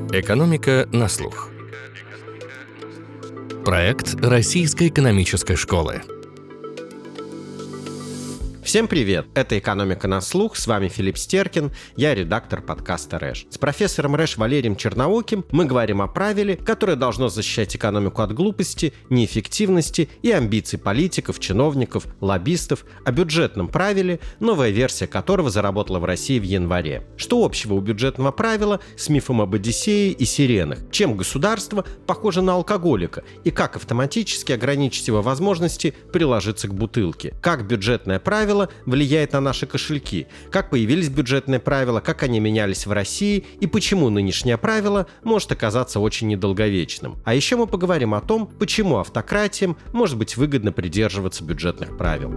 Экономика на слух. Проект Российской экономической школы. Всем привет! Это «Экономика на слух», с вами Филипп Стеркин, я редактор подкаста РЭШ. С профессором РЭШ Валерием Чернооким мы говорим о правиле, которое должно защищать экономику от глупости, неэффективности и амбиций политиков, чиновников, лоббистов, о бюджетном правиле, новая версия которого заработала в России в январе. Что общего у бюджетного правила с мифом об Одиссее и сиренах? Чем государство похоже на алкоголика? И как автоматически ограничить его возможности приложиться к бутылке? Как бюджетное правило влияет на наши кошельки, как появились бюджетные правила, как они менялись в России и почему нынешнее правило может оказаться очень недолговечным. А еще мы поговорим о том, почему автократиям может быть выгодно придерживаться бюджетных правил.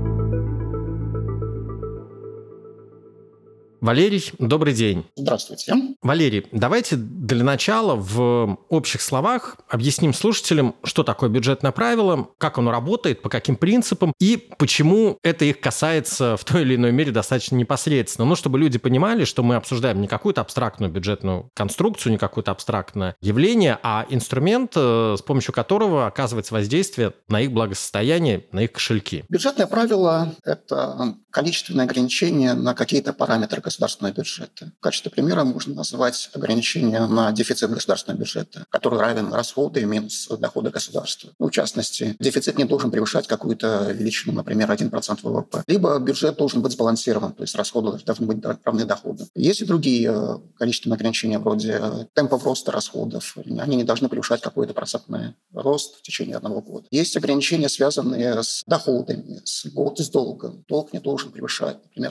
Валерий, добрый день. Здравствуйте. Валерий, давайте для начала в общих словах объясним слушателям, что такое бюджетное правило, как оно работает, по каким принципам и почему это их касается в той или иной мере достаточно непосредственно. Ну, чтобы люди понимали, что мы обсуждаем не какую-то абстрактную бюджетную конструкцию, не какое-то абстрактное явление, а инструмент, с помощью которого оказывается воздействие на их благосостояние, на их кошельки. Бюджетное правило – это количественное ограничение на какие-то параметры государственного бюджета. В качестве примера можно назвать ограничение на дефицит государственного бюджета, который равен расходы минус доходы государства. В частности, дефицит не должен превышать какую-то величину, например, 1% ВВП. Либо бюджет должен быть сбалансирован, то есть расходы должны быть равны доходам. Есть и другие количественные ограничения, вроде темпов роста расходов. Они не должны превышать какой-то процентный рост в течение одного года. Есть ограничения, связанные с доходами, с долгом. Долг не должен превышать, например,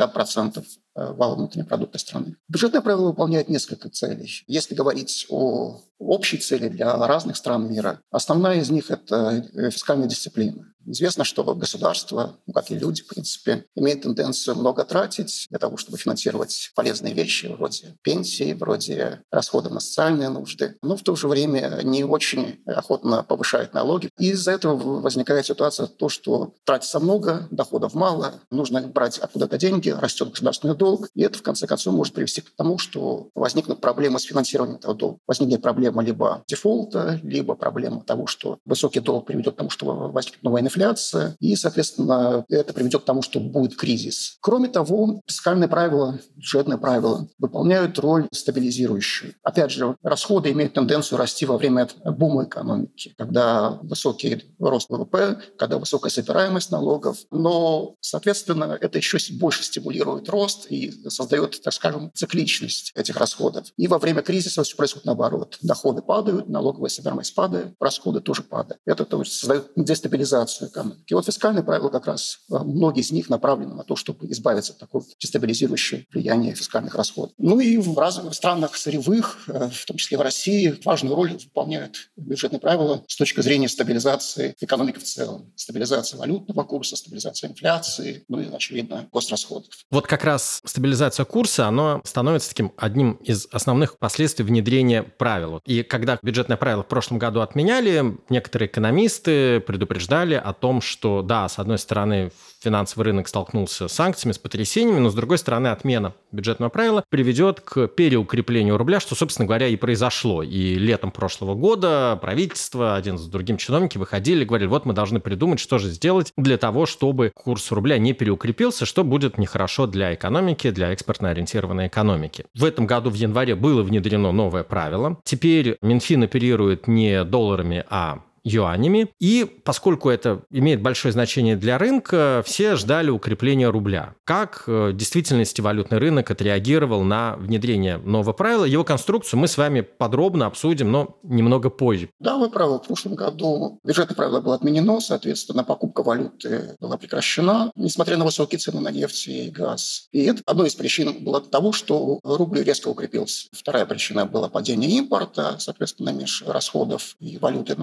60% валового внутреннего продукта страны. Бюджетное правило выполняет несколько целей. Если говорить о общей цели для разных стран мира, основная из них – это фискальная дисциплина. Известно, что государство, как и люди, в принципе, имеет тенденцию много тратить для того, чтобы финансировать полезные вещи вроде пенсии, вроде расходов на социальные нужды, но в то же время не очень охотно повышает налоги. И из-за этого возникает ситуация, что тратится много, доходов мало, нужно брать откуда-то деньги, растет государственный долг, и это, в конце концов, может привести к тому, что возникнут проблемы с финансированием этого долга. Возникнет проблема либо дефолта, либо проблема того, что высокий долг приведет к тому, что возникнет новая инфляция, и, соответственно, это приведет к тому, что будет кризис. Кроме того, фискальные правила, бюджетные правила выполняют роль стабилизирующую. Опять же, расходы имеют тенденцию расти во время бума экономики, когда высокий рост ВВП, когда высокая собираемость налогов, но, соответственно, это еще больше стимулирует рост и создает, так скажем, цикличность этих расходов. И во время кризиса все происходит наоборот. Доходы падают, налоговая собираемость падает, расходы тоже падают. Это создает дестабилизацию экономики. И вот фискальные правила как раз, многие из них направлены на то, чтобы избавиться от такого дестабилизирующего влияния фискальных расходов. Ну и в разных странах сырьевых, в том числе в России, важную роль выполняют бюджетные правила с точки зрения стабилизации экономики в целом. Стабилизация валютного курса, стабилизация инфляции, ну и, очевидно, госрасходов. Вот как раз стабилизация курса, она становится таким одним из основных последствий внедрения правил. И когда бюджетное правило в прошлом году отменяли, некоторые экономисты предупреждали о том, что да, с одной стороны, финансовый рынок столкнулся с санкциями, с потрясениями, но с другой стороны, отмена бюджетного правила приведет к переукреплению рубля, что, собственно говоря, и произошло. И летом прошлого года правительство, один за другим чиновники выходили и говорили, вот мы должны придумать, что же сделать для того, чтобы курс рубля не переукрепился, что будет нехорошо для экономики, для экспортно ориентированной экономики. В этом году в январе было внедрено новое правило. Теперь Минфин оперирует не долларами, а юанями. И поскольку это имеет большое значение для рынка, все ждали укрепления рубля. Как в действительности валютный рынок отреагировал на внедрение нового правила? Его конструкцию мы с вами подробно обсудим, но немного позже. Да, вы правы. В прошлом году бюджетное правило было отменено, соответственно, покупка валюты была прекращена, несмотря на высокие цены на нефть и газ. И это одной из причин было того, что рубль резко укрепился. Вторая причина была падение импорта, соответственно, расходов и валюты на покупку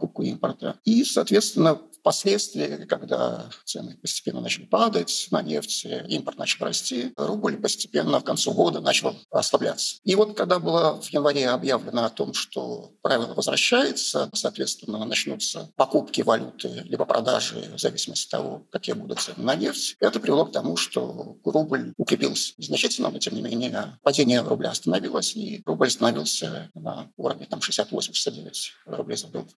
покупку импорта. И, соответственно, впоследствии, когда цены постепенно начали падать на нефть, импорт начал расти, рубль постепенно к концу года начал ослабляться. И вот когда было в январе объявлено о том, что правило возвращается, соответственно, начнутся покупки валюты либо продажи в зависимости от того, какие будут цены на нефть, это привело к тому, что рубль укрепился значительно, но тем не менее падение рубля остановилось, и рубль остановился на уровне 68-69 рублей за доллар.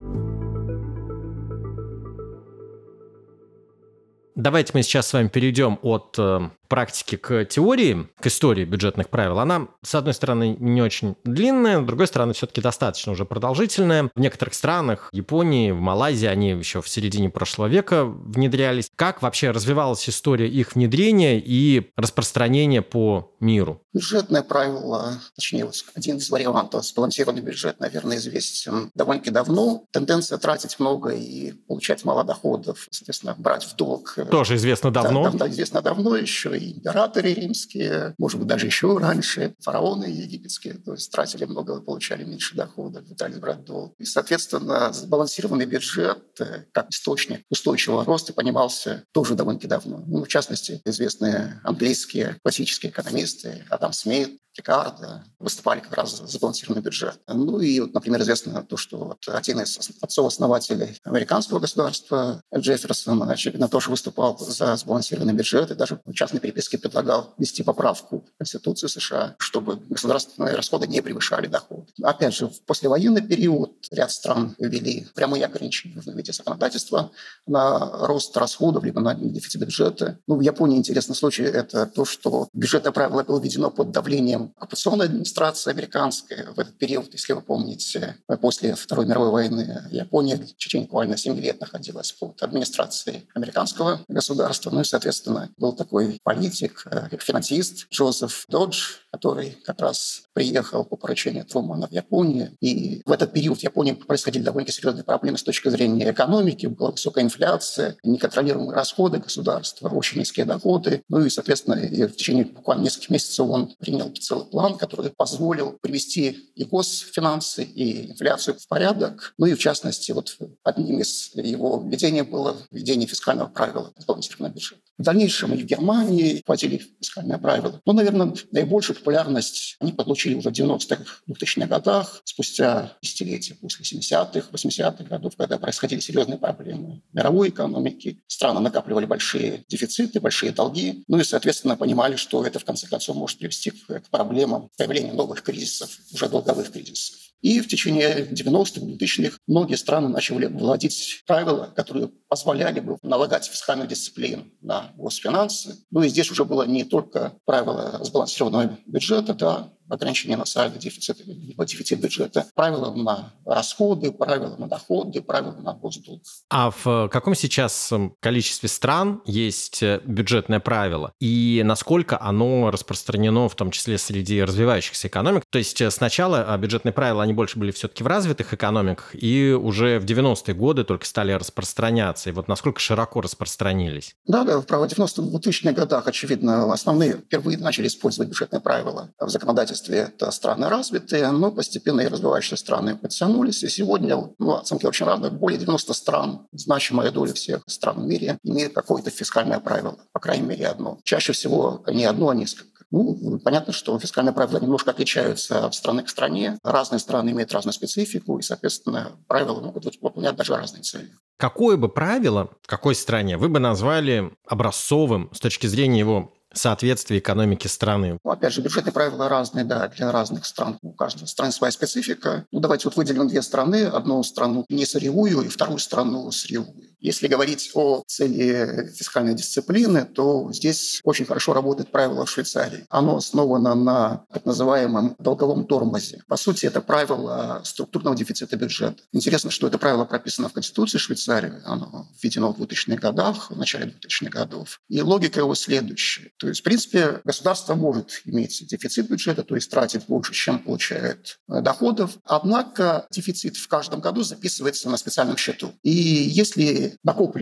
Давайте мы сейчас с вами перейдем от практики к теории, к истории бюджетных правил. Она, с одной стороны, не очень длинная, с другой стороны, все-таки достаточно уже продолжительная. В некоторых странах, в Японии, в Малайзии, они еще в середине прошлого века внедрялись. Как вообще развивалась история их внедрения и распространения по миру? Бюджетное правило, точнее, вот один из вариантов, сбалансированный бюджет, наверное, известен довольно-таки давно. Тенденция тратить много и получать мало доходов, соответственно, брать в долг. Тоже известно давно. Да, известно давно еще. И императоры римские, может быть, даже еще раньше, фараоны египетские, то есть тратили много, получали меньше доходов, пытались брать долг. И, соответственно, сбалансированный бюджет как источник устойчивого роста понимался тоже довольно-таки давно. Ну, в частности, известные английские классические экономисты Адам Смит, Рикардо выступали как раз за сбалансированный бюджет. Ну и, вот, например, известно то, что один из отцов-основателей американского государства, Джефферсон, очевидно, тоже выступал за сбалансированный бюджет и даже в частной переписке предлагал ввести поправку в Конституцию США, чтобы государственные расходы не превышали доходы. Опять же, в послевоенный период ряд стран ввели прямые ограничения в виде законодательства на рост расходов либо на дефицит бюджета. Ну, в Японии интересный случай – это то, что бюджетное правило было введено под давлением оккупационной администрации американской. В этот период, если вы помните, после Второй мировой войны Япония в течение буквально 7 лет находилась под администрацией американского государства. Ну и, соответственно, был такой политик, финансист Джозеф Додж, который как раз приехал по поручению Трумана в Японию. И в этот период в Японии происходили довольно серьезные проблемы с точки зрения экономики. Была высокая инфляция, неконтролируемые расходы государства, очень низкие доходы. Ну и, соответственно, в течение буквально нескольких месяцев он принял целый план, который позволил привести и госфинансы, и инфляцию в порядок. Ну и, в частности, вот одним из его введений было введение фискального правила сбалансированного бюджета. В дальнейшем и в Германии вводили фискальное правило. Но, наверное, наибольшую популярность они получили уже в 90-х, 2000-х годах, спустя десятилетия, после 70-х, 80-х годов, когда происходили серьезные проблемы мировой экономики. Страны накапливали большие дефициты, большие долги. Ну и, соответственно, понимали, что это, в конце концов, может привести к проблемам появления новых кризисов, уже долговых кризисов. И в течение 90-х, 2000-х многие страны начали вводить правила, которые позволяли бы налагать фискальную дисциплину на госфинансы. Ну и здесь уже было не только правило сбалансированного бюджета, да, ограничение на сальдо, дефицит, либо дефицит бюджета, правила на расходы, правила на доходы, правила на госдолг. А в каком сейчас количестве стран есть бюджетное правило? И насколько оно распространено, в том числе среди развивающихся экономик? То есть сначала бюджетные правила, они больше были все-таки в развитых экономиках, и уже в 90-е годы только стали распространяться. И вот насколько широко распространились? Да, в 90-2000-х годах, очевидно, основные впервые начали использовать бюджетные правила в законодательстве. Это страны развитые, но постепенно и развивающиеся страны подтянулись. И сегодня, оценки очень разные, более 90 стран, значимая доля всех стран в мире, имеет какое-то фискальное правило, по крайней мере, одно. Чаще всего не одно, а несколько. Понятно, что фискальные правила немножко отличаются от страны к стране. Разные страны имеют разную специфику, и, соответственно, правила могут выполнять даже разные цели. Какое бы правило в какой стране вы бы назвали образцовым с точки зрения его соответствие экономике страны? Опять же, бюджетные правила разные, да, для разных стран. У каждой страны своя специфика. Давайте выделим две страны. Одну страну не сырьевую и вторую страну сырьевую. Если говорить о цели фискальной дисциплины, то здесь очень хорошо работает правило в Швейцарии. Оно основано на так называемом долговом тормозе. По сути, это правило структурного дефицита бюджета. Интересно, что это правило прописано в Конституции Швейцарии. Оно введено в 2000-х годах, в начале 2000-х годов. И логика его следующая. То есть, в принципе, государство может иметь дефицит бюджета, то есть тратить больше, чем получает доходов. Однако дефицит в каждом году записывается на специальном счету. И если накопленный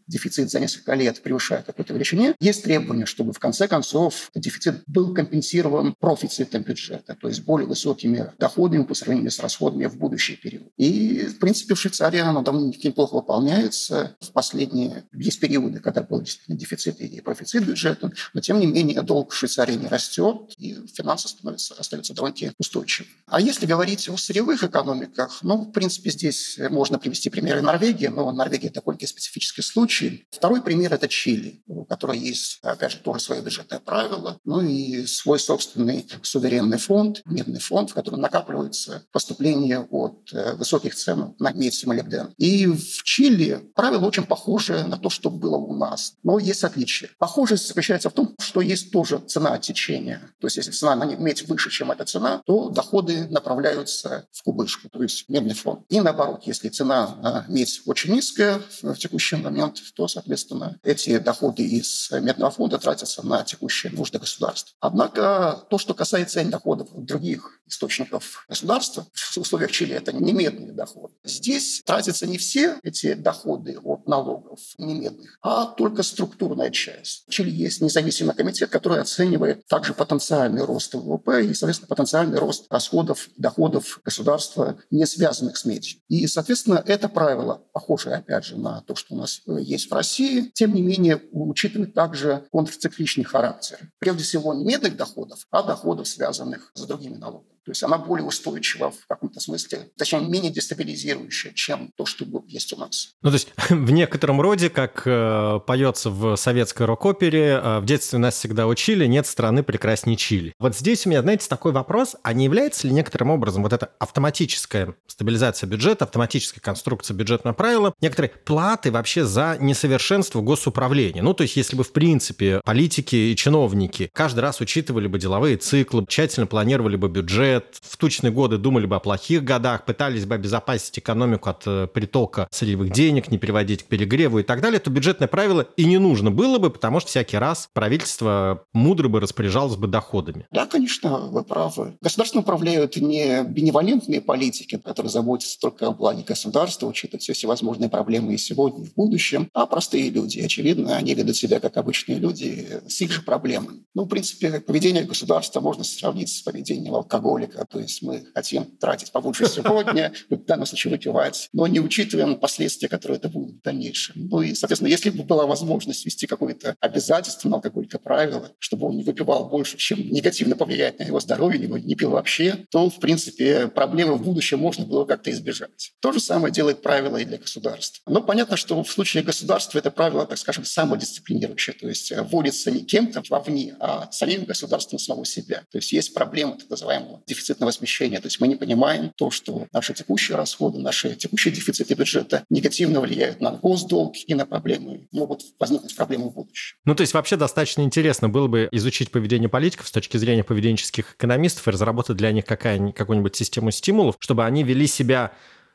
дефицит за несколько лет превышает какой-то величине, есть требование, чтобы в конце концов дефицит был компенсирован профицитом бюджета, то есть более высокими доходами по сравнению с расходами в будущий период. И, в принципе, в Швейцарии оно довольно неплохо выполняется. В последние есть периоды, когда был действительно дефицит и профицит бюджета, но, тем не менее, долг в Швейцарии не растет, и финансы остаются довольно устойчивыми. А если говорить о сырьевых экономиках, в принципе, здесь можно привести примеры Норвегии, но Норвегия – это довольно специфический случай. Второй пример – это Чили, у которой есть, опять же, тоже свое бюджетное правило, и свой собственный суверенный фонд, медный фонд, в который накапливаются поступления от высоких цен на медь и молибден. И в Чили правило очень похоже на то, что было у нас, но есть отличия. Похожесть заключается в том, что есть тоже цена оттечения. То есть если цена на медь выше, чем эта цена, то доходы направляются в кубышку, то есть медный фонд. И наоборот, если цена на медь очень низкая в текущий момент, то, соответственно, эти доходы из медного фонда тратятся на текущие нужды государства. Однако то, что касается доходов других источников государства, в условиях Чили это не медные доходы. Здесь тратятся не все эти доходы от налогов не медных, а только структурная часть. В Чили есть независимый комитет, который оценивает также потенциальный рост ВВП и, соответственно, потенциальный рост расходов и доходов государства, не связанных с медью. И, соответственно, это правило, похожее, опять же, на то, что у нас есть в России, тем не менее учитывает также контрцикличный характер. Прежде всего, не медных доходов, а доходов, связанных с другими налогами. То есть она более устойчива в каком-то смысле, точнее, менее дестабилизирующая, чем то, что есть у нас. То есть в некотором роде, как поется в советской рок-опере, в детстве нас всегда учили, нет страны прекраснее Чили. Вот здесь у меня, знаете, такой вопрос, а не является ли некоторым образом вот эта автоматическая стабилизация бюджета, автоматическая конструкция бюджетного правила некоторой платы вообще за несовершенство госуправления? То есть если бы, в принципе, политики и чиновники каждый раз учитывали бы деловые циклы, тщательно планировали бы бюджет, в тучные годы думали бы о плохих годах, пытались бы обезопасить экономику от притока сырьевых денег, не приводить к перегреву и так далее, то бюджетное правило и не нужно было бы, потому что всякий раз правительство мудро бы распоряжалось бы доходами. Да, конечно, вы правы. Государством управляют не беневолентные политики, которые заботятся только о благе государства, учитывают все всевозможные проблемы и сегодня, и в будущем, а простые люди. Очевидно, они ведут себя как обычные люди с их же проблемами. В принципе, поведение государства можно сравнить с поведением алкоголика. То есть мы хотим тратить побольше сегодня, в данном случае выпивать, но не учитываем последствия, которые это будут в дальнейшем. И, соответственно, если бы была возможность ввести какое-то обязательство на алкоголика правило, чтобы он не выпивал больше, чем негативно повлияет на его здоровье, либо не пил вообще, то, в принципе, проблемы в будущем можно было как-то избежать. То же самое делает правило и для государства. Но понятно, что в случае государства это правило, так скажем, самодисциплинирующее, то есть вводится не кем-то вовне, а самим государством самого себя. То есть есть проблема так называемого дефицитного смещения. То есть мы не понимаем то, что наши текущие расходы, наши текущие дефициты бюджета негативно влияют на госдолг и на проблемы, могут возникнуть проблемы в будущем. То есть вообще достаточно интересно было бы изучить поведение политиков с точки зрения поведенческих экономистов и разработать для них какую-нибудь систему стимулов, чтобы они вели себя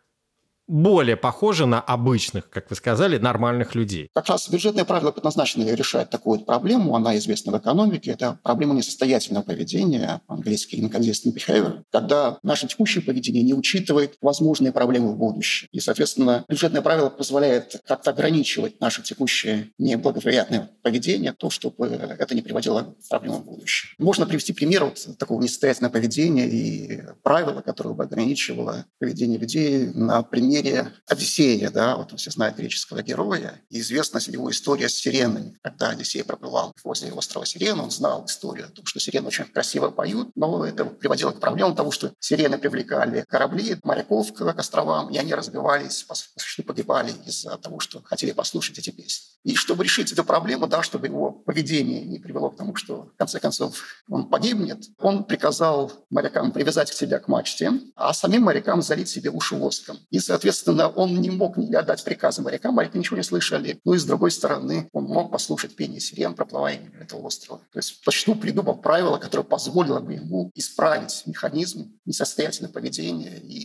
более похоже на обычных, как вы сказали, нормальных людей. Как раз бюджетное правило предназначено решать такую проблему, она известна в экономике, это проблема несостоятельного поведения, по-английски inconsistent behavior, когда наше текущее поведение не учитывает возможные проблемы в будущем. И, соответственно, бюджетное правило позволяет как-то ограничивать наше текущее неблагоприятное поведение, то, чтобы это не приводило к проблемам в будущем. Можно привести пример такого несостоятельного поведения и правила, которое бы ограничивало поведение людей на примере Одиссея, все знают греческого героя, и известна его история с сиренами. Когда Одиссей проплывал возле острова Сирен, он знал историю о том, что сирены очень красиво поют, но это приводило к проблемам того, что сирены привлекали корабли, моряков к островам, и они разбивались, погибали из-за того, что хотели послушать эти песни. И чтобы решить эту проблему, чтобы его поведение не привело к тому, что в конце концов он погибнет, он приказал морякам привязать к себя к мачте, а самим морякам залить себе уши воском. И, соответственно, он не мог не отдать приказы морякам, моряки ничего не слышали. И с другой стороны, он мог послушать пение сирен, проплывая мимо этого острова. То есть почему придумал правило, которое позволило бы ему исправить механизм несостоятельного поведения и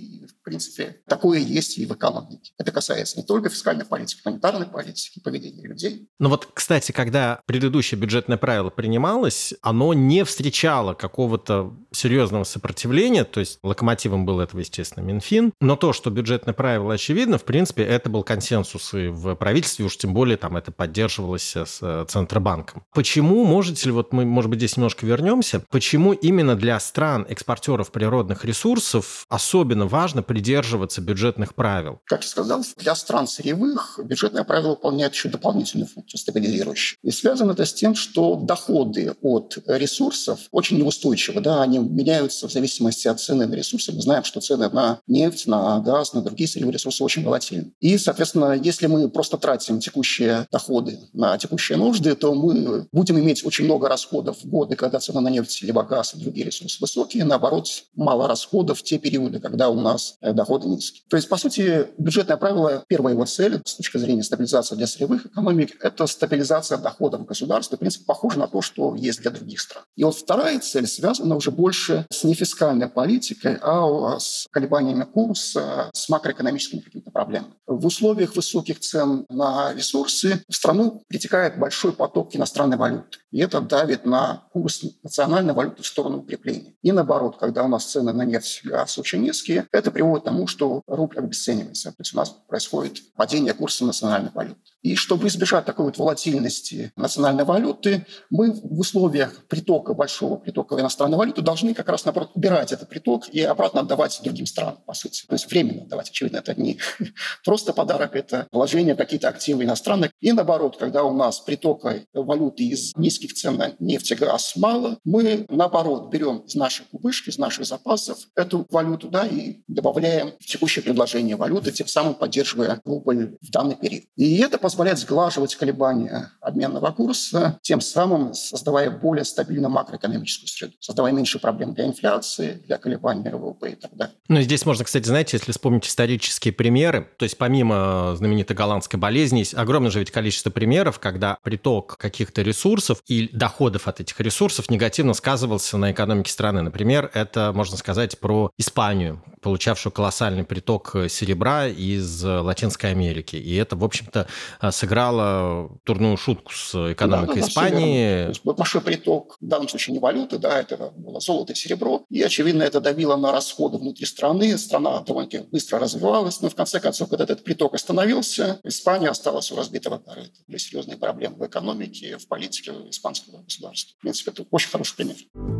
принципе, такое есть и в экономике. Это касается не только фискальной политики, монетарной политики, поведения людей. Но вот, кстати, когда предыдущее бюджетное правило принималось, оно не встречало какого-то серьезного сопротивления, то есть локомотивом был этого, естественно, Минфин. Но то, что бюджетное правило очевидно, в принципе, это был консенсус и в правительстве, уж тем более там это поддерживалось с Центробанком. Почему, можете ли, вот мы, может быть, здесь немножко вернемся, почему именно для стран-экспортеров природных ресурсов особенно важно придерживаться бюджетных правил? Как я сказал, для стран сырьевых бюджетное правило выполняет еще дополнительную функцию стабилизирующую. И связано это с тем, что доходы от ресурсов очень неустойчивы. Да, они меняются в зависимости от цены на ресурсы. Мы знаем, что цены на нефть, на газ, на другие сырьевые ресурсы очень волатильны. И, соответственно, если мы просто тратим текущие доходы на текущие нужды, то мы будем иметь очень много расходов в годы, когда цена на нефть, либо газ и другие ресурсы высокие, наоборот, мало расходов в те периоды, когда у нас доходы низкие. То есть, по сути, бюджетное правило, первая его цель с точки зрения стабилизации для сырьевых экономик – это стабилизация доходов государства. В принципе, похоже на то, что есть для других стран. И вот вторая цель связана уже больше с не фискальной политикой, а с колебаниями курса, с макроэкономическими какими-то проблемами. В условиях высоких цен на ресурсы в страну притекает большой поток иностранной валюты. И это давит на курс национальной валюты в сторону укрепления. И наоборот, когда у нас цены на нефть и газ очень низкие, это приводит к тому, что рубль обесценивается. То есть у нас происходит падение курса национальной валюты. И чтобы избежать такой вот волатильности национальной валюты, мы в условиях большого притока иностранной валюты должны как раз, наоборот, убирать этот приток и обратно отдавать другим странам, по сути. То есть временно отдавать. Очевидно, это не просто подарок, это вложение в какие-то активы иностранные. И наоборот, когда у нас притока валюты из низких цен на нефть и газ мало, мы, наоборот, берем из нашей кубышки, из наших запасов эту валюту, да, и добавляем в текущее предложение валюты, тем самым поддерживая рубль в данный период. И это позволяет сглаживать колебания обменного курса, тем самым создавая более стабильную макроэкономическую среду, создавая меньше проблем для инфляции, для колебаний ВВП и так далее. Ну, здесь можно, кстати, знаете, если вспомнить исторические примеры, то есть помимо знаменитой голландской болезни, есть огромное же ведь количество примеров, когда приток каких-то ресурсов и доходов от этих ресурсов негативно сказывался на экономике страны. Например, это можно сказать про Испанию, получавшую колоссальный приток серебра из Латинской Америки. И это, в общем-то, сыграло дурную шутку с экономикой Испании. То есть большой приток, в данном случае не валюты, да, это было золото и серебро. И, очевидно, это давило на расходы внутри страны. Страна довольно-таки быстро развивалась, но в конце концов, когда этот приток остановился, Испания осталась у разбитого корыта. Были серьезные проблемы в экономике, в политике испанского государства. В принципе, это очень хороший пример.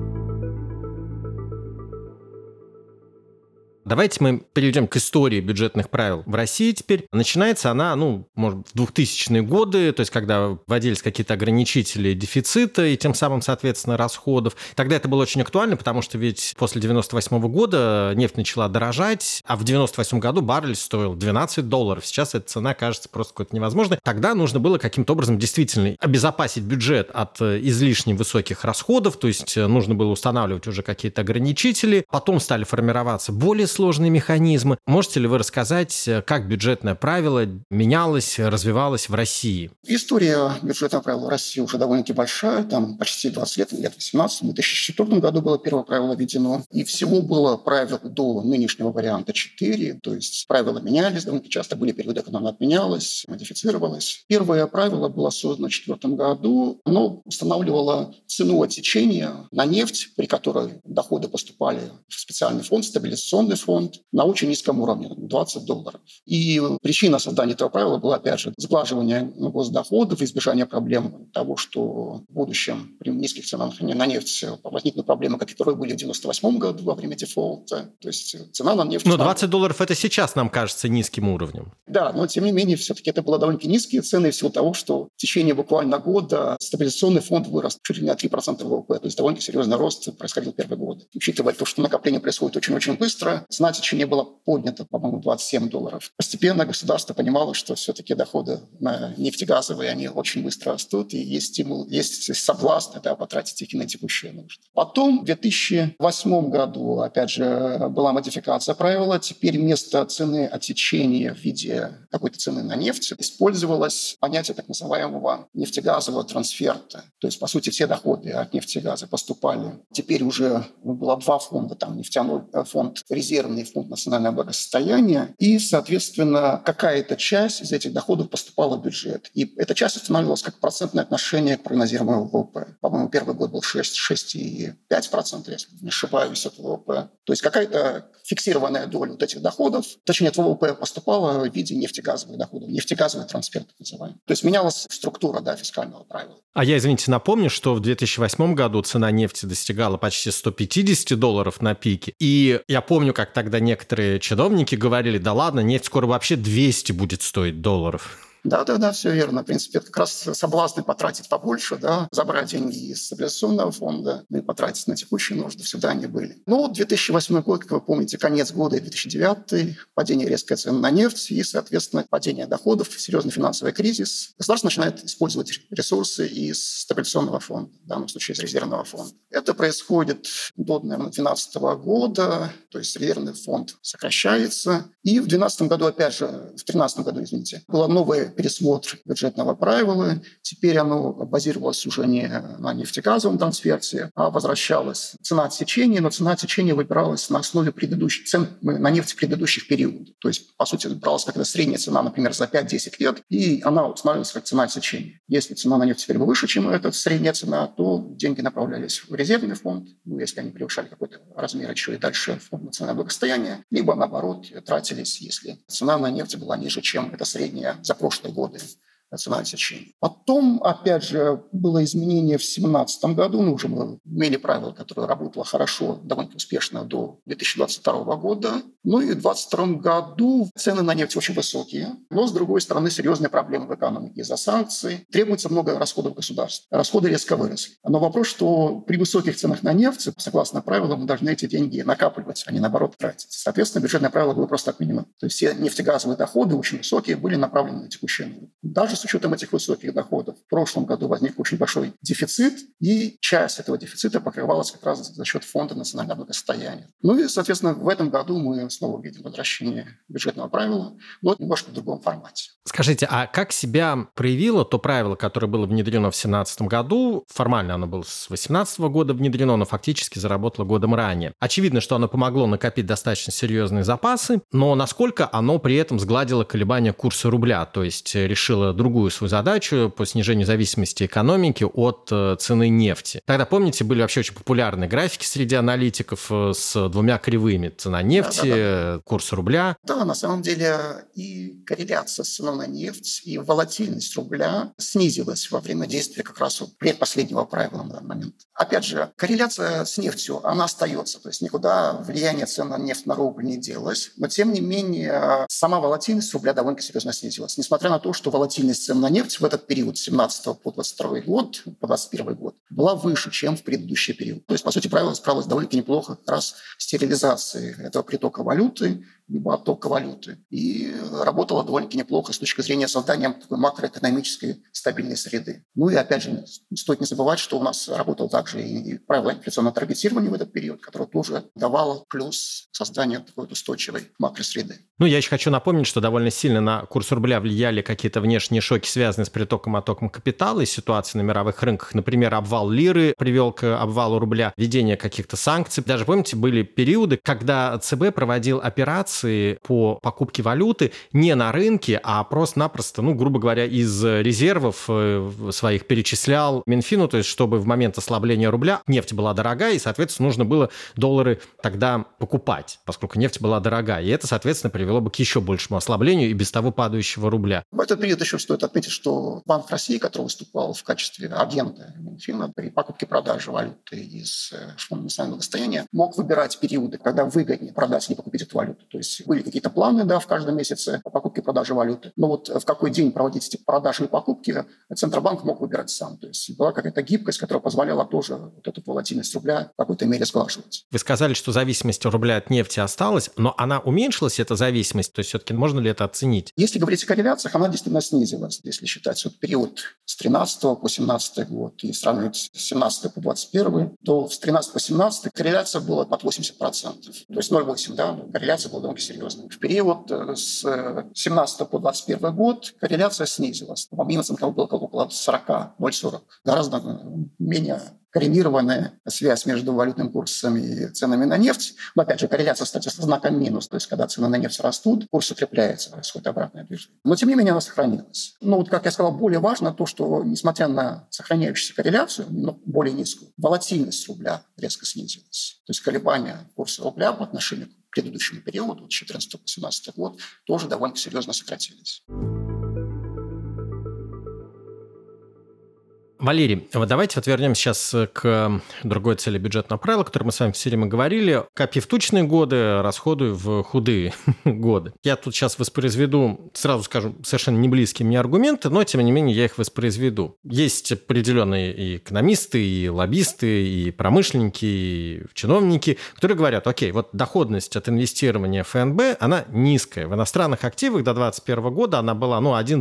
Давайте мы перейдем к истории бюджетных правил в России теперь. Начинается она, может, в 2000-е годы, то есть когда вводились какие-то ограничители дефицита и тем самым, соответственно, расходов. Тогда это было очень актуально, потому что ведь после 98 года нефть начала дорожать, а в 98 году баррель стоил $12. Сейчас эта цена кажется просто какой-то невозможной. Тогда нужно было каким-то образом действительно обезопасить бюджет от излишне высоких расходов, то есть нужно было устанавливать уже какие-то ограничители. Потом стали формироваться более сложные механизмы. Можете ли вы рассказать, как бюджетное правило менялось, развивалось в России? История бюджетного правила в России уже довольно-таки большая, там почти 20 лет 18. В 2004 году было первое правило введено, и всего было правил до нынешнего варианта 4, то есть правила менялись довольно часто, были периоды, когда оно отменялось, модифицировалось. Первое правило было создано в 2004 году, оно устанавливало цену отсечения на нефть, при которой доходы поступали в специальный фонд, стабилизационный фонд, на очень низком уровне, $20. И причина создания этого правила была, опять же, сглаживание госдоходов, избежание проблем того, что в будущем при низких ценах на нефть возникнут проблемы, которые были в 1998 году во время дефолта. То есть цена на нефть... Но $20 это сейчас нам кажется низким уровнем. Да, но тем не менее, все-таки это было довольно низкие цены в силу того, что в течение буквально года стабилизационный фонд вырос чуть ли не на 3% ВВП. То есть довольно серьезный рост происходил в первые годы. Учитывая то, что накопление происходит очень-очень быстро, цена отсечения была поднята, по-моему, $27. Постепенно государство понимало, что все-таки доходы на нефтегазовые, они очень быстро растут, и есть стимул, есть соблазн, потратить их на текущие нужды. Потом в 2008 году, опять же, была модификация правила. Теперь вместо цены отсечения в виде какой-то цены на нефть использовалось понятие так называемого нефтегазового трансферта. То есть, по сути, все доходы от нефти и газа поступали. Теперь уже было два фонда, там нефтяной фонд резервный резервный фонд национального благосостояния, и, соответственно, какая-то часть из этих доходов поступала в бюджет. И эта часть устанавливалась как процентное отношение к прогнозируемому ВВП. По-моему, первый год был 6,5%, если не ошибаюсь, от ВВП. То есть какая-то фиксированная доля вот этих доходов, точнее, от ВВП поступала в виде нефтегазовых доходов, нефтегазовый трансфер, так называемый. То есть менялась структура, да, фискального правила. А я, извините, напомню, что в 2008 году цена нефти достигала почти $150 на пике. И я помню, как тогда некоторые чиновники говорили: да ладно, нефть скоро вообще 200 будет стоить долларов. Да, все верно. В принципе, это как раз соблазны потратить побольше, да, забрать деньги из стабилизационного фонда и потратить на текущие нужды всегда они были. Но 2008 год, как вы помните, конец года и 2009, падение резкой цены на нефть и, соответственно, падение доходов, серьезный финансовый кризис. Государство начинает использовать ресурсы из стабилизационного фонда, в данном случае из резервного фонда. Это происходит до, наверное, 2012 года, то есть резервный фонд сокращается. И в 2012 году, опять же, в 2013 году, извините, было новое пересмотр бюджетного правила. Теперь оно базировалось уже не на нефтегазовом трансферте, а возвращалась цена отсечения, но цена отсечения выбиралась на основе предыдущих цен на нефть предыдущих периодов. То есть, по сути, бралась какая-то средняя цена, например, за 5-10 лет, и она устанавливалась как цена отсечения. Если цена на нефть теперь выше, чем эта средняя цена, то деньги направлялись в резервный фонд, если они превышали какой-то размер еще и дальше в фонд национального благосостояния, либо, наоборот, тратились, если цена на нефть была ниже, чем эта средняя за прошлые годы цена отсечения. Потом, опять же, было изменение в 2017 году. Уже мы имели правило, которое работало хорошо, довольно успешно до 2022 года. И в 2022 году цены на нефть очень высокие. Но, с другой стороны, серьезные проблемы в экономике из-за санкций. Требуется много расходов государства. Расходы резко выросли. Но вопрос, что при высоких ценах на нефть, согласно правилам, мы должны эти деньги накапливать, а не, наоборот, тратить. Соответственно, бюджетное правило было просто отменено. То есть все нефтегазовые доходы, очень высокие, были направлены на текущие нужды. Даже с учетом этих высоких доходов в прошлом году возник очень большой дефицит, и часть этого дефицита покрывалась как раз за счет фонда национального благосостояния. И, соответственно, в этом году мы снова видим возвращение бюджетного правила, но немножко в другом формате. Скажите, а как себя проявило то правило, которое было внедрено в 2017 году? Формально оно было с 2018 года внедрено, но фактически заработало годом ранее. Очевидно, что оно помогло накопить достаточно серьезные запасы, но насколько оно при этом сгладило колебания курса рубля, то есть решило другую свою задачу по снижению зависимости экономики от цены нефти. Тогда, помните, были вообще очень популярные графики среди аналитиков с двумя кривыми: цена нефти, курс рубля. Да, на самом деле и корреляция с ценой на нефть, и волатильность рубля снизилась во время действия как раз предпоследнего правила на данный момент. Опять же, корреляция с нефтью, она остается, то есть никуда влияние цен на нефть на рубль не делось, но тем не менее сама волатильность рубля довольно серьезно снизилась, несмотря на то, что волатильность цен на нефть в этот период с 17 по 22 год, по 21 год была выше, чем в предыдущий период. То есть, по сути, правило справилось довольно неплохо как раз с стерилизацией этого притока валюты, либо оттока валюты, и работало довольно неплохо с точки зрения создания такой макроэкономической стабильной среды. И опять же, стоит не забывать, что у нас работало также и правило инфляционного таргетирования в этот период, которое тоже давало плюс созданию такой устойчивой макросреды. Я еще хочу напомнить, что довольно сильно на курс рубля влияли какие-то внешние шоки, связанные с притоком и оттоком капитала и ситуацией на мировых рынках. Например, обвал лиры привел к обвалу рубля, введение каких-то санкций. Даже, помните, были периоды, когда ЦБ проводил операции по покупке валюты не на рынке, а просто-напросто, грубо говоря, из резервов своих перечислял Минфину, то есть чтобы в момент ослабления рубля нефть была дорогая, и, соответственно, нужно было доллары тогда покупать, поскольку нефть была дорогая. И это, соответственно, привело бы к еще большему ослаблению и без того падающего рубля. В этот период еще стоит отметить, что Банк России, который выступал в качестве агента Минфина при покупке и продаже валюты из фонда национального благосостояния, мог выбирать периоды, когда выгоднее продать или покупить эту валюту. То есть были какие-то планы, в каждом месяце по покупке и продаже валюты. Но в какой день проводить эти продажи и покупки Центробанк мог выбирать сам. То есть была какая-то гибкость, которая позволяла тоже эту волатильность рубля в какой-то мере сглаживать. Вы сказали, что зависимость рубля от нефти осталась, но она уменьшилась, эта зависимость? То есть все-таки можно ли это оценить? Если говорить о корреляциях, она действительно снизилась. Если считать период с 13 по 17 год и сравнивать с 17 по 21, то с 13 по 17 корреляция была под 80%. То есть 0,8, корреляция была довольно серьезная. В период с 17 по 21 год корреляция снизилась. По минусам было около 40, 0,40. Гораздо менее коррелированная связь между валютным курсом и ценами на нефть. Но, опять же, корреляция, кстати, со знаком минус. То есть, когда цены на нефть растут, курс укрепляется, происходит обратное движение. Но, тем не менее, она сохранилась. Но, вот, как я сказал, более важно то, что, несмотря на сохраняющуюся корреляцию, но более низкую, волатильность рубля резко снизилась. То есть, колебания курса рубля по отношению к предыдущему периоду, 2014-2017 год, тоже довольно серьезно сократились. Валерий, вот давайте вернемся сейчас к другой цели бюджетного правила, о которой мы с вами все время говорили. Копи в тучные годы, расходуй в худые годы. Я тут сейчас воспроизведу, сразу скажу, совершенно не близкие мне аргументы, но, тем не менее, я их воспроизведу. Есть определенные и экономисты, и лоббисты, и промышленники, и чиновники, которые говорят, окей, вот доходность от инвестирования ФНБ, она низкая. В иностранных активах до 2021 года она была,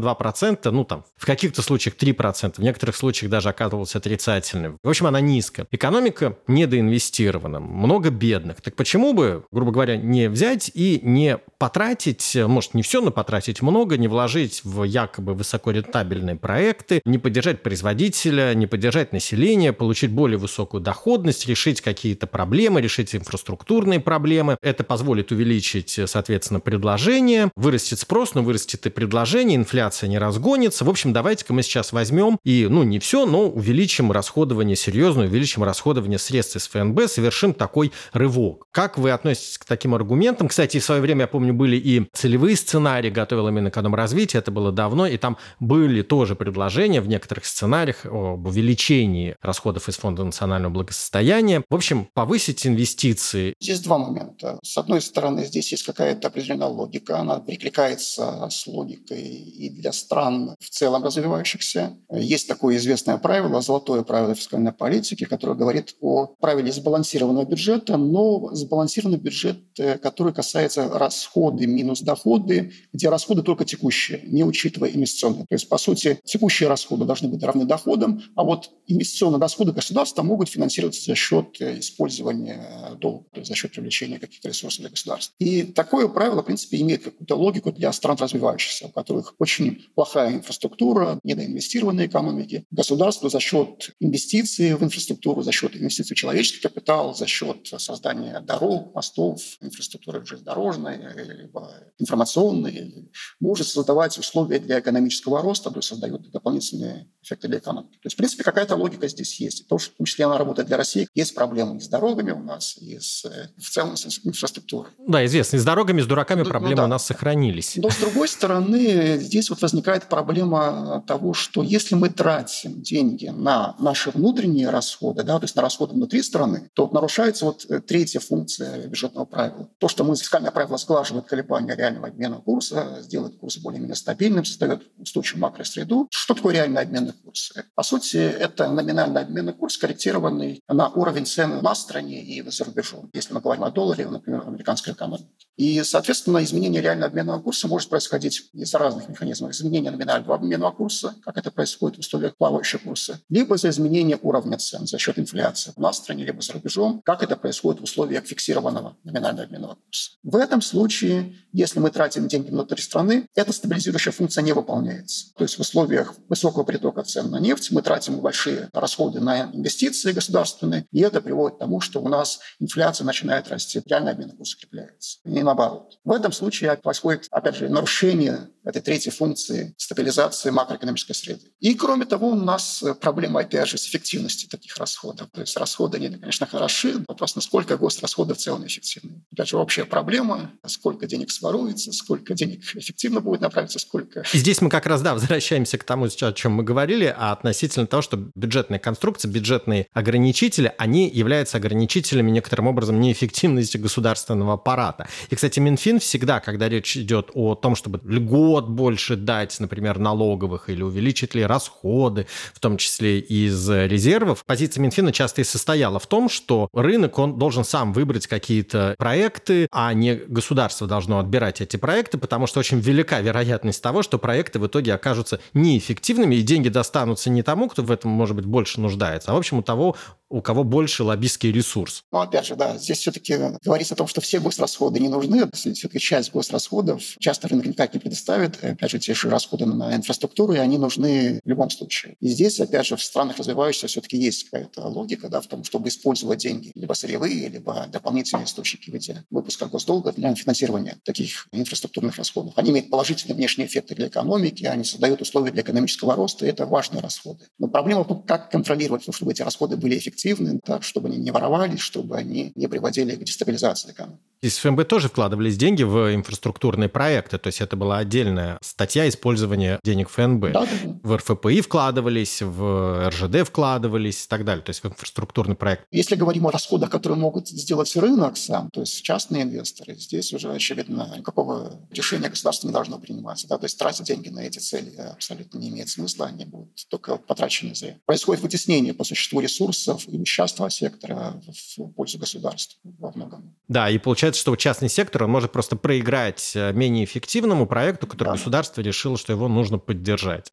1-2%, в каких-то случаях 3%, в некоторых случаях даже оказывалась отрицательной. В общем, она низкая. Экономика недоинвестирована, много бедных. Так почему бы, грубо говоря, не взять и не потратить, может, не все, но потратить много, не вложить в якобы высокорентабельные проекты, не поддержать производителя, не поддержать население, получить более высокую доходность, решить какие-то проблемы, решить инфраструктурные проблемы. Это позволит увеличить, соответственно, предложение, вырастет спрос, но вырастет и предложение, инфляция не разгонится. В общем, давайте-ка мы сейчас возьмем и, не все, но увеличим расходование серьезно, увеличим расходование средств из ФНБ, совершим такой рывок. Как вы относитесь к таким аргументам? Кстати, в свое время, я помню, были и целевые сценарии, готовил Минэкономразвития, это было давно, и там были тоже предложения в некоторых сценариях об увеличении расходов из Фонда национального благосостояния. В общем, повысить инвестиции. Здесь два момента. С одной стороны, здесь есть какая-то определенная логика, она перекликается с логикой и для стран в целом развивающихся. Есть такое известное правило, золотое правило фискальной политики, которое говорит о правиле сбалансированного бюджета, но сбалансированный бюджет, который касается расходы минус доходы, где расходы только текущие, не учитывая инвестиционные. То есть, по сути, текущие расходы должны быть равны доходам, а вот инвестиционные расходы государства могут финансироваться за счет использования долга, то есть за счет привлечения каких-то ресурсов для государства. И такое правило, в принципе, имеет какую-то логику для стран развивающихся, у которых очень плохая инфраструктура, недоинвестированные экономики. Государство за счет инвестиций в инфраструктуру, за счет инвестиций в человеческий капитал, за счет создания дорог, мостов, инфраструктуры железнодорожной, либо информационной, может создавать условия для экономического роста, то есть создает дополнительные эффекты для экономики. То есть, в принципе, какая-то логика здесь есть. И то, что в том числе она работает для России. Есть проблемы и с дорогами у нас, и в целом с инфраструктурой. Да, известно. И с дорогами, с дураками проблемы у нас сохранились. Но, с другой стороны, здесь возникает проблема того, что если мы тратим деньги на наши внутренние расходы, то есть на расходы внутри страны, то нарушается третья функция бюджетного правила. То, что фискальное правило сглаживает колебания реального обмена курса, сделает курс более-менее стабильным, создает устойчивую макросреду. Что такое реальный обменный курс? По сути, это номинальный обменный курс, корректированный на уровень цен на стране и за рубежом. Если мы говорим о долларе, например, в американской экономике. И, соответственно, изменение реального обменного курса может происходить из-за разных механизмов. Изменение номинального обменного курса, как это происходит в условиях плавающего курса, либо за изменение уровня цен за счет инфляции на стране, либо за рубежом, как это происходит в условиях фиксированного номинального обменного курса. В этом случае, если мы тратим деньги внутри страны, эта стабилизирующая функция не выполняется. То есть в условиях высокого притока цен на нефть мы тратим большие расходы на инвестиции государственные, и это приводит к тому, что у нас инфляция начинает расти, реальный обменный курс укрепляется. И наоборот. В этом случае происходит, опять же, нарушение этой третьей функции стабилизации макроэкономической среды. И, кроме того, у нас проблема, опять же, с эффективностью таких расходов. То есть расходы, они, конечно, хороши, вопрос, насколько госрасходы в целом эффективны. Опять же, общая проблема, сколько денег своруется, сколько денег эффективно будет направиться, сколько... И здесь мы как раз, возвращаемся к тому, о чем мы говорили, а относительно того, что бюджетные конструкции, бюджетные ограничители, они являются ограничителями некоторым образом неэффективности государственного аппарата. И, кстати, Минфин всегда, когда речь идет о том, чтобы льгот больше дать, например, налоговых, или увеличить ли расходы, в том числе из резервов, позиция Минфина часто и состояла в том, что рынок, он должен сам выбрать какие-то проекты, а не государство должно выбирать эти проекты, потому что очень велика вероятность того, что проекты в итоге окажутся неэффективными, и деньги достанутся не тому, кто в этом, может быть, больше нуждается, а, в общем, у того, у кого больше лоббистский ресурс. Но опять же, да, здесь все-таки говорится о том, что все госрасходы не нужны. Все-таки часть госрасходов часто рынок никак не предоставит. Опять же, те же расходы на инфраструктуру, и они нужны в любом случае. И здесь, опять же, в странах развивающихся все-таки есть какая-то логика, да, в том, чтобы использовать деньги, либо сырьевые, либо дополнительные источники в виде выпуска госдолга для финансирования таких инфраструктурных расходов. Они имеют положительные внешние эффекты для экономики, они создают условия для экономического роста, и это важные расходы. Но проблема в том, как контролировать, чтобы эти расходы были эффективны, так, чтобы они не воровались, чтобы они не приводили к дестабилизации экономики. Из ФНБ тоже вкладывались деньги в инфраструктурные проекты, то есть это была отдельная статья использования денег ФНБ. Да. В РФПИ вкладывались, в РЖД вкладывались и так далее, то есть в инфраструктурный проект. Если говорим о расходах, которые могут сделать рынок сам, то есть частные инвесторы, здесь уже, очевидно, никакого решения государства не должно приниматься. Да? То есть тратить деньги на эти цели абсолютно не имеет смысла, они будут только потрачены зря. Происходит вытеснение по существу ресурсов и частного сектора в пользу государства во многом. Да, и получается, что частный сектор, он может просто проиграть менее эффективному проекту, который государство решило, что его нужно поддержать.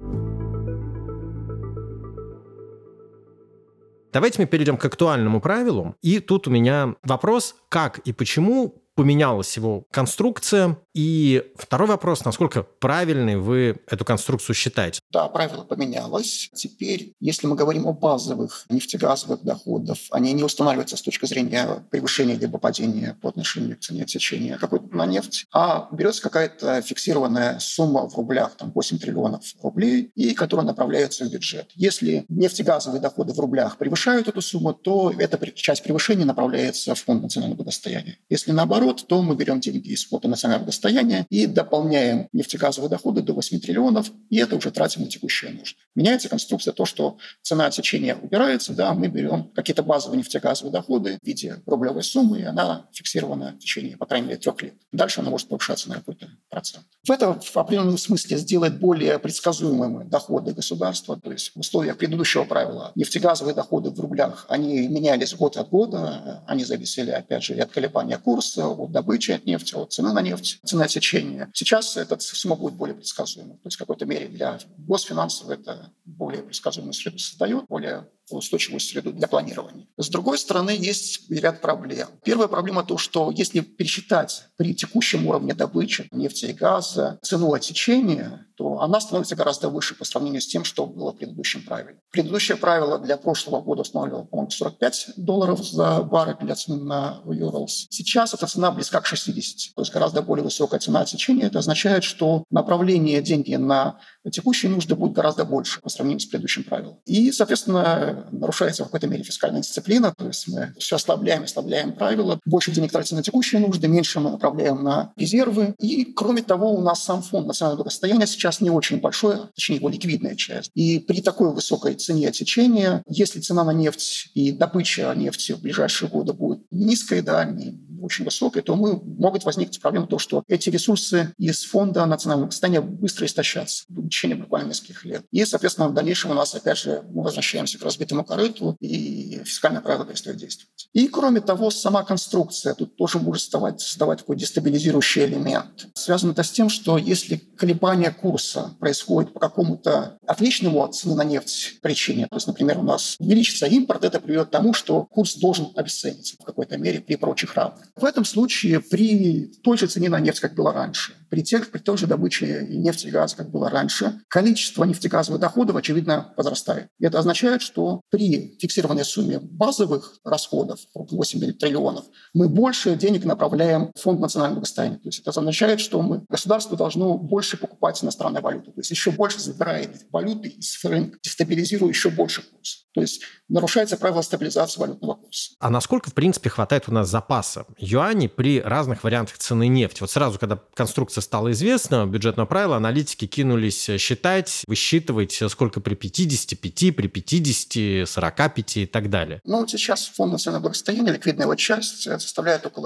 Давайте мы перейдем к актуальному правилу. И тут у меня вопрос, как и почему поменялась его конструкция. И второй вопрос, насколько правильной вы эту конструкцию считаете? Да, правило поменялось. Теперь, если мы говорим о базовых нефтегазовых доходах, они не устанавливаются с точки зрения превышения либо падения по отношению к цене отсечения какой-то на нефть, а берется какая-то фиксированная сумма в рублях, там 8 триллионов рублей, и которая направляется в бюджет. Если нефтегазовые доходы в рублях превышают эту сумму, то эта часть превышения направляется в фонд национального благосостояния. Если наоборот, то мы берем деньги из фонда национального благосостояния и дополняем нефтегазовые доходы до 8 триллионов, и это уже тратим на текущие нужды. Меняется конструкция, то, что цена отсечения убирается, да, мы берем какие-то базовые нефтегазовые доходы в виде рублевой суммы, и она фиксирована в течение, по крайней мере, 3 лет. Дальше она может повышаться на какой-то процент. Это в определенном смысле сделает более предсказуемыми доходы государства, то есть в условиях предыдущего правила нефтегазовые доходы в рублях, они менялись год от года, они зависели, опять же, и от колебания курса, от добычи от нефти, от цены на нефть, цены отсечения. Сейчас эта сумма будет более предсказуемой. То есть в какой-то мере для госфинансов это более предсказуемую среду создает, более устойчивую среду для планирования. С другой стороны, есть ряд проблем. Первая проблема то, что если пересчитать при текущем уровне добычи нефти и газа цену отсечения, то она становится гораздо выше по сравнению с тем, что было в предыдущем правиле. Предыдущее правило для прошлого года устанавливало, по-моему, $45 за баррель для цены на Urals. Сейчас эта цена близка к 60, то есть гораздо более высокая цена отсечения. Это означает, что направление деньги на текущие нужды будет гораздо больше по сравнению с предыдущим правилом. И, соответственно, нарушается в какой-то мере фискальная дисциплина, то есть мы все ослабляем правила, больше денег тратится на текущие нужды, меньше мы направляем на резервы. И, кроме того, у нас сам фонд национального благосостояния сейчас не очень большой, точнее его ликвидная часть. И при такой высокой цене отсечения, если цена на нефть и добыча нефти в ближайшие годы будет низкой, да, не очень высокой, то могут возникнуть проблемы, то, что эти ресурсы из фонда национального благосостояния быстро истощатся в течение буквально нескольких лет. И, соответственно, в дальнейшем у нас, опять же, мы возвращаемся к разбитому корыту, и фискальное правило перестает действовать. И, кроме того, сама конструкция тут тоже может создавать такой дестабилизирующий элемент. Связано это с тем, что если колебания курса происходит по какому-то отличному от цены на нефть причине, то есть, например, у нас увеличится импорт, это приведет к тому, что курс должен обесцениться в какой-то мере при прочих равных. В этом случае при той же цене на нефть, как было раньше, при той же добыче нефти и газа, как было раньше, количество нефтегазовых доходов, очевидно, возрастает. И это означает, что при фиксированной сумме базовых расходов, 8 триллионов, мы больше денег направляем в фонд национального благосостояния. То есть это означает, что государство должно больше покупать иностранной валюты. То есть еще больше забирает валюты из рынка, дестабилизируя еще больше курс. То есть нарушается правило стабилизации валютного курса. А насколько, в принципе, хватает у нас запаса юаней при разных вариантах цены нефти? Вот сразу, когда конструкция стало известно, бюджетное правило, аналитики кинулись считать, высчитывать, сколько при 55, при 50, 45 и так далее. Ну, сейчас фонд национального благосостояния, ликвидная его часть, составляет около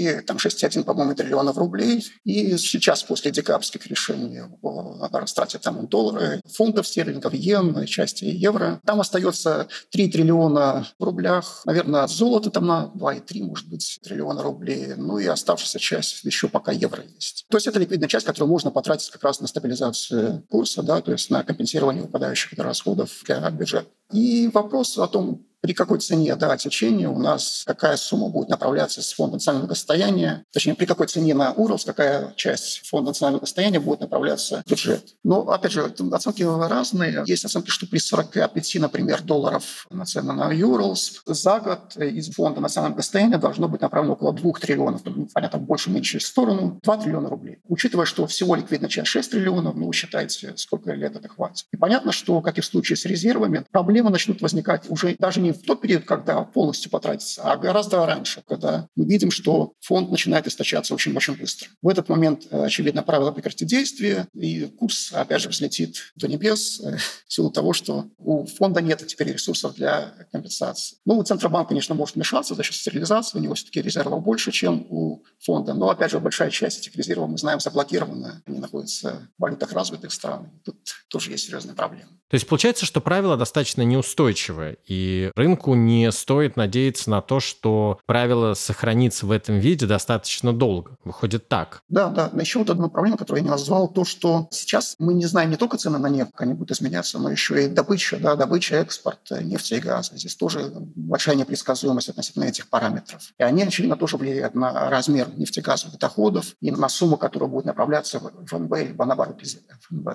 6,1, по-моему, триллионов рублей. И сейчас, после декабрьских решений о растрате доллара, фунтов стерлингов, йен, части евро, там остается 3 триллиона в рублях, наверное, золото там на 2,3, может быть, триллиона рублей, ну и оставшаяся часть еще пока евро есть. То есть это ликвидная часть, которую можно потратить как раз на стабилизацию курса, да, то есть на компенсирование выпадающих расходов для бюджета. И вопрос о том, при какой цене течения у нас какая сумма будет направляться с фонда национального благосостояния, точнее, при какой цене на УРЛС какая часть фонда национального благосостояния будет направляться в бюджет. Но, опять же, оценки разные. Есть оценки, что при 45, например, долларов нацелено на ЮРЛС за год из фонда национального благосостояния должно быть направлено около 2 триллионов, понятно, в больше-меньшую сторону, 2 триллиона рублей. Учитывая, что всего ликвидная часть 6 триллионов, вы считаете, сколько лет это хватит. И понятно, что, как и в случае с резервами, проблемы начнут возникать уже даже не в тот период, когда полностью потратится, а гораздо раньше, когда мы видим, что фонд начинает истощаться очень-очень быстро. В этот момент, очевидно, правило прекратит действие, и курс, опять же, взлетит до небес в силу того, что у фонда нет теперь ресурсов для компенсации. Ну, Центробанк, конечно, может вмешаться за счет стерилизации, у него все-таки резервов больше, чем у фонда, но, опять же, большая часть этих резервов, мы знаем, заблокирована, они находятся в валютах развитых стран. Тут тоже есть серьезные проблемы. То есть получается, что правило достаточно неустойчивое, и рынку не стоит надеяться на то, что правило сохранится в этом виде достаточно долго. Выходит так. Да. Еще вот одна проблема, которую я не назвал, то, что сейчас мы не знаем не только цены на нефть, как они будут изменяться, но еще и добыча, экспорт нефти и газа. Здесь тоже большая непредсказуемость относительно этих параметров. И они, очевидно, тоже влияют на размер нефтегазовых доходов и на сумму, которая будет направляться в ФНБ, либо наоборот из ФНБ.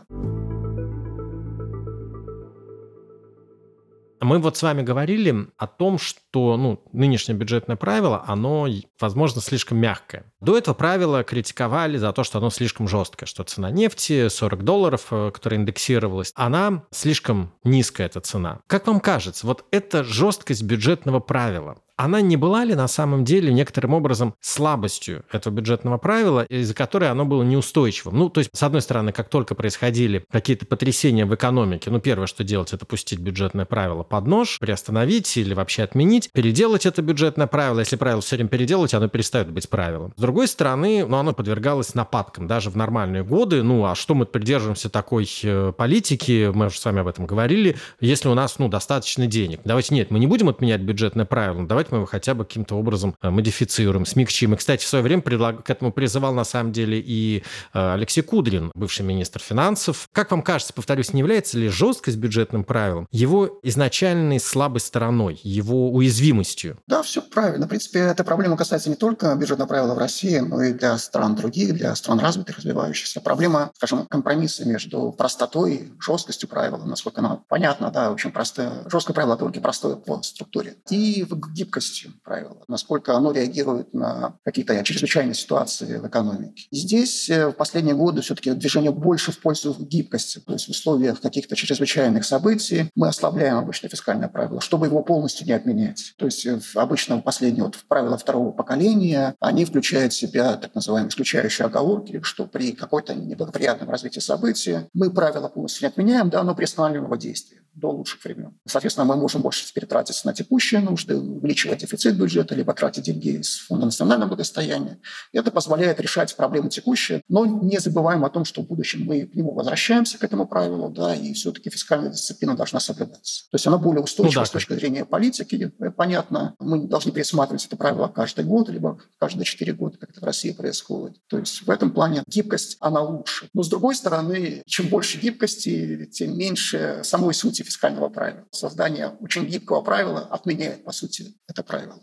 Мы вот с вами говорили о том, что нынешнее бюджетное правило, оно, возможно, слишком мягкое. До этого правила критиковали за то, что оно слишком жесткое, что цена нефти $40, которая индексировалась, она слишком низкая, эта цена. Как вам кажется, вот эта жесткость бюджетного правила, она не была ли на самом деле некоторым образом слабостью этого бюджетного правила, из-за которой оно было неустойчивым? То есть, с одной стороны, как только происходили какие-то потрясения в экономике, первое, что делать, это пустить бюджетное правило под нож, приостановить или вообще отменить, переделать это бюджетное правило. Если правило все время переделать, оно перестает быть правилом. С другой стороны, оно подвергалось нападкам даже в нормальные годы. А что мы придерживаемся такой политики, мы же с вами об этом говорили, если у нас достаточно денег. Давайте мы не будем отменять бюджетное правило, давайте мы его хотя бы каким-то образом модифицируем, смягчим. И, кстати, в свое время к этому призывал на самом деле и Алексей Кудрин, бывший министр финансов. Как вам кажется, повторюсь, не является ли жесткость бюджетным правилом его изначальной слабой стороной, его уязвимостью? Да, все правильно. В принципе, эта проблема касается не только бюджетного правила в России, но и для стран других, для стран развитых, развивающихся. Проблема, скажем, компромисса между простотой и жесткостью правила, насколько она понятна, очень простая. Жесткое правило довольно простое по структуре. И гибкостью правила, насколько оно реагирует на какие-то чрезвычайные ситуации в экономике. И здесь в последние годы все-таки движение больше в пользу гибкости. То есть в условиях каких-то чрезвычайных событий мы ослабляем обычно фискальное правило, чтобы его полностью не отменять. То есть обычно последние правила второго поколения, они включают в себя так называемые исключающие оговорки, что при какой-то неблагоприятном развитии событий мы правила полностью не отменяем, но приостанавливаем его действие до лучших времен. Соответственно, мы можем больше теперь тратиться на текущие нужды, увеличивать дефицит бюджета, либо тратить деньги из фонда национального благосостояния. Это позволяет решать проблемы текущие, но не забываем о том, что в будущем мы к нему возвращаемся, к этому правилу, и все-таки фискальная дисциплина должна соблюдаться. То есть она более устойчива с точки зрения политики, понятно. Мы не должны пересматривать это правило каждый год, либо каждые 4 года, как это в России происходит. То есть в этом плане гибкость, она лучше. Но с другой стороны, чем больше гибкости, тем меньше самой сути фискального правила. Создание очень гибкого правила отменяет, по сути, это правило.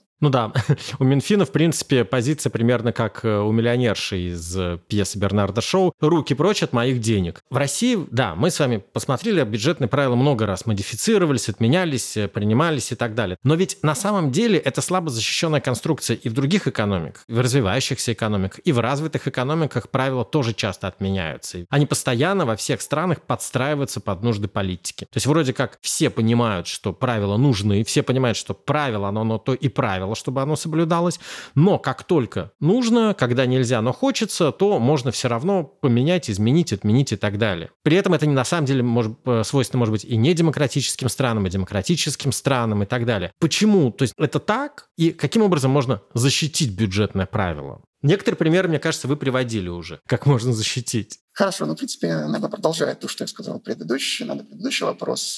У Минфина, в принципе, позиция примерно как у миллионерши из пьесы Бернарда Шоу «Руки прочь от моих денег». В России, мы с вами посмотрели, бюджетные правила много раз модифицировались, отменялись, принимались и так далее. Но ведь на самом деле это слабо защищенная конструкция и в других экономиках, и в развивающихся экономиках, и в развитых экономиках правила тоже часто отменяются. Они постоянно во всех странах подстраиваются под нужды политики. То есть вроде как все понимают, что правила нужны, все понимают, что правило, оно то и правило, правило, чтобы оно соблюдалось. Но как только нужно, когда нельзя, но хочется, то можно все равно поменять, изменить, отменить и так далее. При этом это на самом деле свойственно, может быть, и недемократическим странам, и демократическим странам и так далее. Почему? То есть это так? И каким образом можно защитить бюджетное правило? Некоторые примеры, мне кажется, вы приводили уже. Как можно защитить? Хорошо, в принципе, надо продолжать то, что я сказал предыдущий вопрос.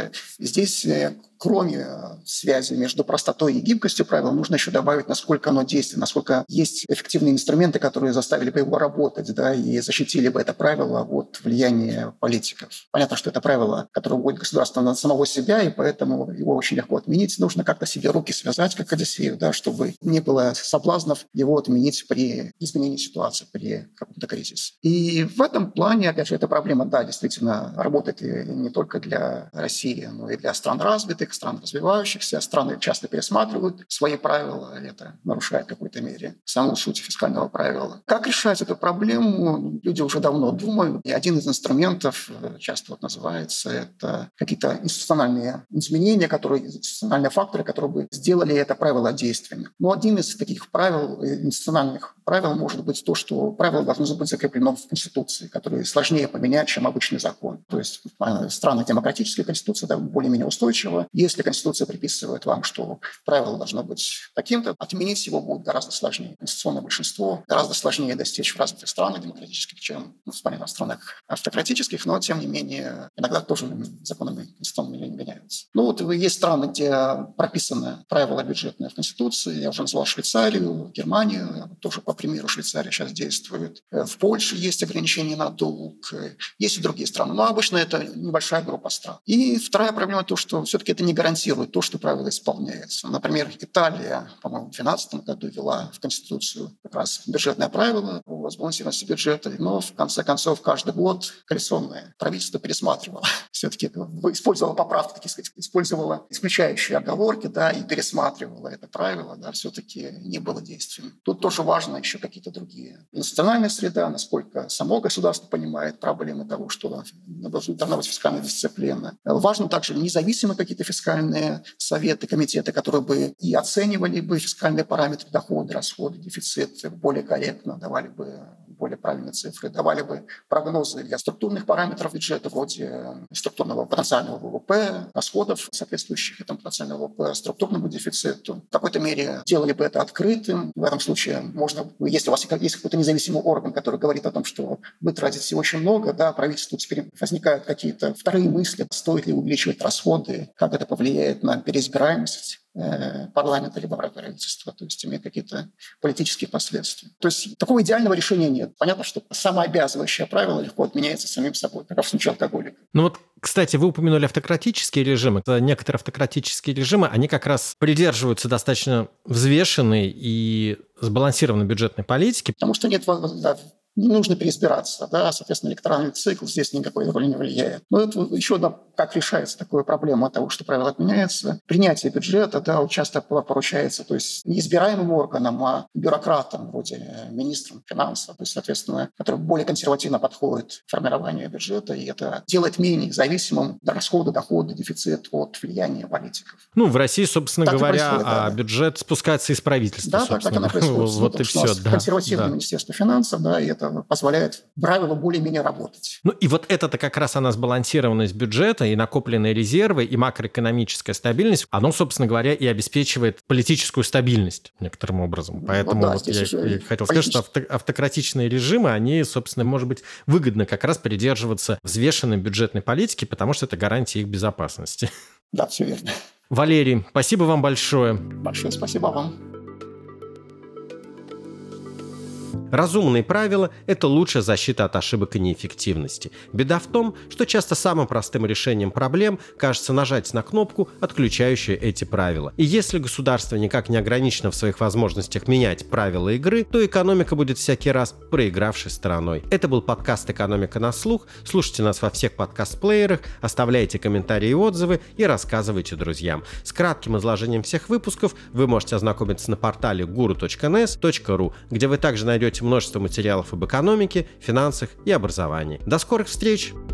Здесь, кроме связи между простотой и гибкостью правил, нужно еще добавить, насколько оно действенно, насколько есть эффективные инструменты, которые заставили бы его работать, да, и защитили бы это правило от влияния политиков. Понятно, что это правило, которое вводит государство на самого себя, и поэтому его очень легко отменить. Нужно как-то себе руки связать, как Одиссею, да, чтобы не было соблазнов его отменить при изменении ситуации, при каком-то кризисе. И в этом плане, опять же, эта проблема, да, действительно работает и не только для России, но и для стран развитых, стран развивающихся. Страны часто пересматривают свои правила, и это нарушает в какой-то мере саму суть фискального правила. Как решать эту проблему, люди уже давно думают. И один из инструментов, часто называется, это какие-то институциональные изменения, институциональные факторы, которые бы сделали это правило действенным. Но один из таких правил, институциональных правил, может быть то, что правило должно быть закреплено в Конституции, которые сложнее поменять, чем обычный закон. То есть в странах демократической конституции более-менее устойчива. Если Конституция приписывает вам, что правило должно быть таким-то, отменить его будет гораздо сложнее. Конституционное большинство гораздо сложнее достичь в развитых странах демократических, чем в странах автократических, но, тем не менее, иногда тоже законами конституционными меняются. Есть страны, где прописано правило бюджетное в Конституции. Я уже назвал Швейцарию, Германию, тоже по примеру Швейцария сейчас действует. В Польше есть ограничения на долг, есть и другие страны. Но обычно это небольшая группа стран. И вторая проблема то, что все-таки это не гарантирует то, что правило исполняется. Например, Италия, по-моему, в 2012 году ввела в Конституцию как раз бюджетное правило о сбалансированности бюджета, но в конце концов каждый год коалиционное правительство пересматривало. Все-таки использовало поправки, так сказать, использовало исключающие оговорки, да, и пересматривало это правило, да, все-таки не было действенным. Тут тоже важно еще какие-то другие. Институциональная среда, насколько само государство понимает проблемы того, что должна быть фискальная дисциплина. Важно также независимые какие-то фискальные советы, комитеты, которые бы и оценивали бы фискальные параметры доходы, расходы, дефицит более корректно, давали бы более правильные цифры, давали бы прогнозы для структурных параметров бюджета, вроде структурного потенциального ВВП, расходов, соответствующих этому потенциальному ВВП, структурному дефициту. В какой-то мере делали бы это открытым. В этом случае можно, если у вас есть какой-то независимый орган, который говорит о том, что вы тратите очень много, да, правительству теперь возникают какие-то вторые мысли, стоит ли увеличивать расходы, как это повлияет на переизбираемость парламента либо правительства, то есть имеет какие-то политические последствия. То есть такого идеального решения нет. Понятно, что самообязывающее правило легко отменяется самим собой, как в случае алкоголика. Кстати, вы упомянули автократические режимы. Некоторые автократические режимы, они как раз придерживаются достаточно взвешенной и сбалансированной бюджетной политики. Потому что нет, не нужно переизбираться, да, соответственно, электоральный цикл здесь никакой роли не влияет. Но это еще одна, как решается такая проблема того, что правило отменяется. Принятие бюджета, да, часто поручается, то есть не избираемым органам, а бюрократам, вроде министрам финансов, то есть, соответственно, который более консервативно подходит к формированию бюджета, и это делает менее зависимым расходы, доходы, дефицит от влияния политиков. В России, собственно так говоря, бюджет спускается из правительства. Да, так оно происходит. Вот и все. Консервативное министерство финансов, да, и это позволяет правилу более-менее работать. И вот это-то как раз она сбалансированность бюджета и накопленные резервы, и макроэкономическая стабильность, оно, собственно говоря, и обеспечивает политическую стабильность некоторым образом. Поэтому я хотел сказать, что автократичные режимы, они, собственно, может быть, выгодно как раз придерживаться взвешенной бюджетной политики, потому что это гарантия их безопасности. Да, все верно. Валерий, спасибо вам большое. Большое спасибо вам. Разумные правила – это лучшая защита от ошибок и неэффективности. Беда в том, что часто самым простым решением проблем кажется нажать на кнопку, отключающую эти правила. И если государство никак не ограничено в своих возможностях менять правила игры, то экономика будет всякий раз проигравшей стороной. Это был подкаст «Экономика на слух». Слушайте нас во всех подкаст-плеерах, оставляйте комментарии и отзывы и рассказывайте друзьям. С кратким изложением всех выпусков вы можете ознакомиться на портале guru.nes.ru, где вы также найдете множество материалов об экономике, финансах и образовании. До скорых встреч!